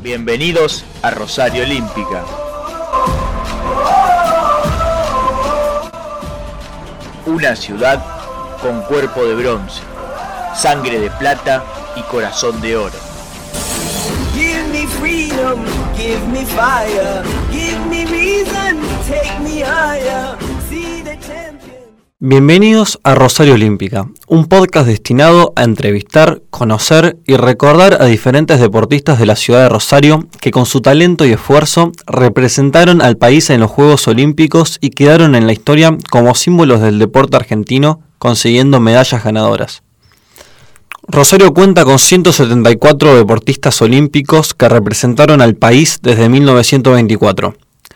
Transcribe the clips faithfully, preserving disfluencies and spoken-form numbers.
Bienvenidos a Rosario Olímpica. Una ciudad con cuerpo de bronce, sangre de plata y corazón de oro. Give me freedom, give me fire, give me reason, take me higher, see the champion. Bienvenidos a Rosario Olímpica, un podcast destinado a entrevistar, conocer y recordar a diferentes deportistas de la ciudad de Rosario que con su talento y esfuerzo representaron al país en los Juegos Olímpicos y quedaron en la historia como símbolos del deporte argentino, consiguiendo medallas ganadoras. Rosario cuenta con ciento setenta y cuatro deportistas olímpicos que representaron al país desde mil novecientos veinticuatro.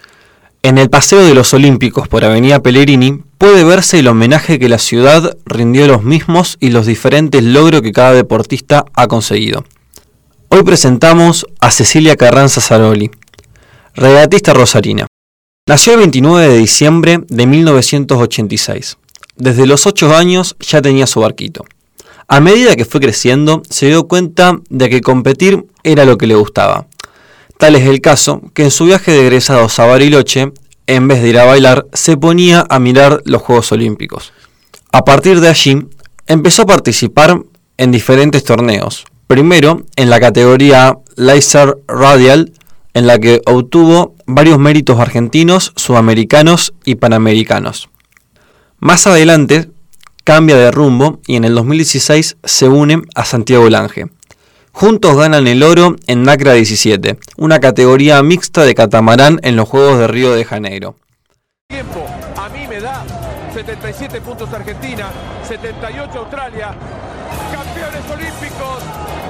En el Paseo de los Olímpicos por Avenida Pellegrini puede verse el homenaje que la ciudad rindió a los mismos y los diferentes logros que cada deportista ha conseguido. Hoy presentamos a Cecilia Carranza Zaroli, regatista rosarina. Nació el veintinueve de diciembre de mil novecientos ochenta y seis. Desde los ocho años ya tenía su barquito. A medida que fue creciendo, se dio cuenta de que competir era lo que le gustaba. Tal es el caso que en su viaje de egresados a Bariloche, en vez de ir a bailar, se ponía a mirar los Juegos Olímpicos. A partir de allí, empezó a participar en diferentes torneos. Primero, en la categoría Laser Radial, en la que obtuvo varios méritos argentinos, sudamericanos y panamericanos. Más adelante, cambia de rumbo y en el dos mil dieciséis se une a Santiago Lange. Juntos ganan el oro en NACRA diecisiete, una categoría mixta de catamarán en los Juegos de Río de Janeiro. Tiempo, a mí me da setenta y siete puntos Argentina, setenta y ocho Australia, campeones olímpicos,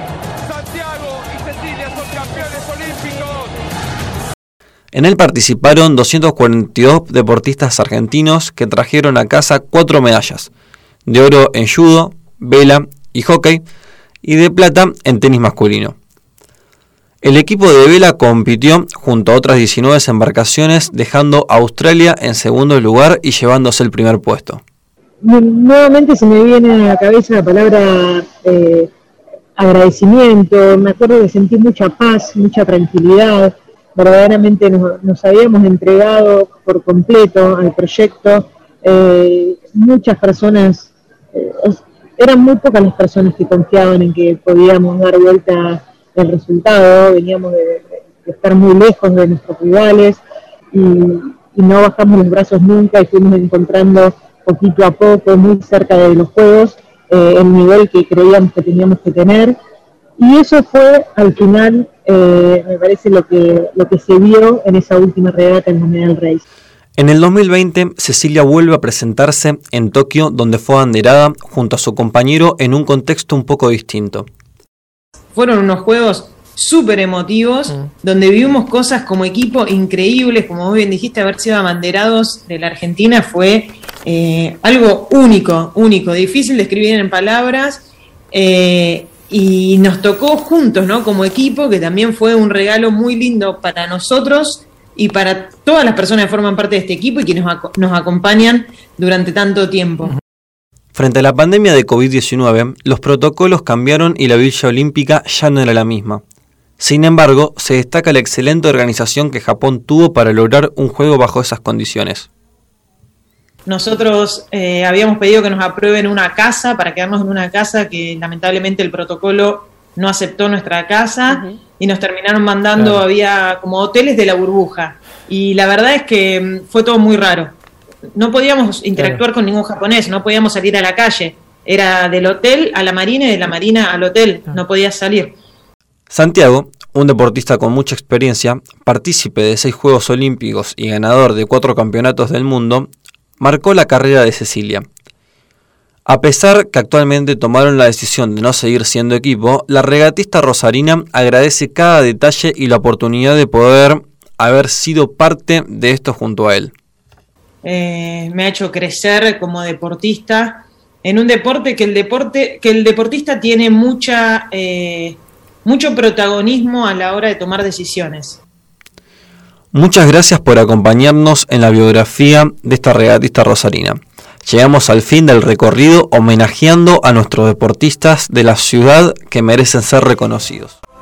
Santiago y Cecilia son campeones olímpicos. En él participaron doscientos cuarenta y dos deportistas argentinos que trajeron a casa cuatro medallas, de oro en judo, vela y hockey, y de plata en tenis masculino. El equipo de vela compitió junto a otras diecinueve embarcaciones, dejando a Australia en segundo lugar y llevándose el primer puesto. Nuevamente se me viene a la cabeza la palabra eh, agradecimiento. Me acuerdo que sentí mucha paz, mucha tranquilidad. Verdaderamente nos, nos habíamos entregado por completo al proyecto. Eh, muchas personas... Eh, Eran muy pocas las personas que confiaban en que podíamos dar vuelta el resultado. Veníamos de, de estar muy lejos de nuestros rivales y, y no bajamos los brazos nunca y fuimos encontrando poquito a poco, muy cerca de los Juegos, eh, el nivel que creíamos que teníamos que tener. Y eso fue, al final, eh, me parece lo que, lo que se vio en esa última regata en la Medal Race. En el dos mil veinte, Cecilia vuelve a presentarse en Tokio, donde fue abanderada junto a su compañero en un contexto un poco distinto. Fueron unos juegos súper emotivos, mm. donde vivimos cosas como equipo increíbles, como vos bien dijiste, haber sido abanderados de la Argentina fue eh, algo único, único, difícil de escribir en palabras, eh, y nos tocó juntos, ¿no? Como equipo, que también fue un regalo muy lindo para nosotros y para todas las personas que forman parte de este equipo y que nos, ac- nos acompañan durante tanto tiempo. Frente a la pandemia de covid diecinueve, los protocolos cambiaron y la Villa Olímpica ya no era la misma. Sin embargo, se destaca la excelente organización que Japón tuvo para lograr un juego bajo esas condiciones. Nosotros eh, habíamos pedido que nos aprueben una casa, para quedarnos en una casa que lamentablemente el protocolo no aceptó nuestra casa, uh-huh. y nos terminaron mandando, claro. Había como hoteles de la burbuja, y la verdad es que fue todo muy raro. No podíamos interactuar, claro. con ningún japonés, no podíamos salir a la calle, era del hotel a la marina y de la marina al hotel, claro. No podías salir. Santiago, un deportista con mucha experiencia, partícipe de seis Juegos Olímpicos y ganador de cuatro campeonatos del mundo, marcó la carrera de Cecilia. A pesar que actualmente tomaron la decisión de no seguir siendo equipo, la regatista rosarina agradece cada detalle y la oportunidad de poder haber sido parte de esto junto a él. Eh, me ha hecho crecer como deportista en un deporte que el deporte que el deportista tiene mucha eh, mucho protagonismo a la hora de tomar decisiones. Muchas gracias por acompañarnos en la biografía de esta regatista rosarina. Llegamos al fin del recorrido homenajeando a nuestros deportistas de la ciudad que merecen ser reconocidos.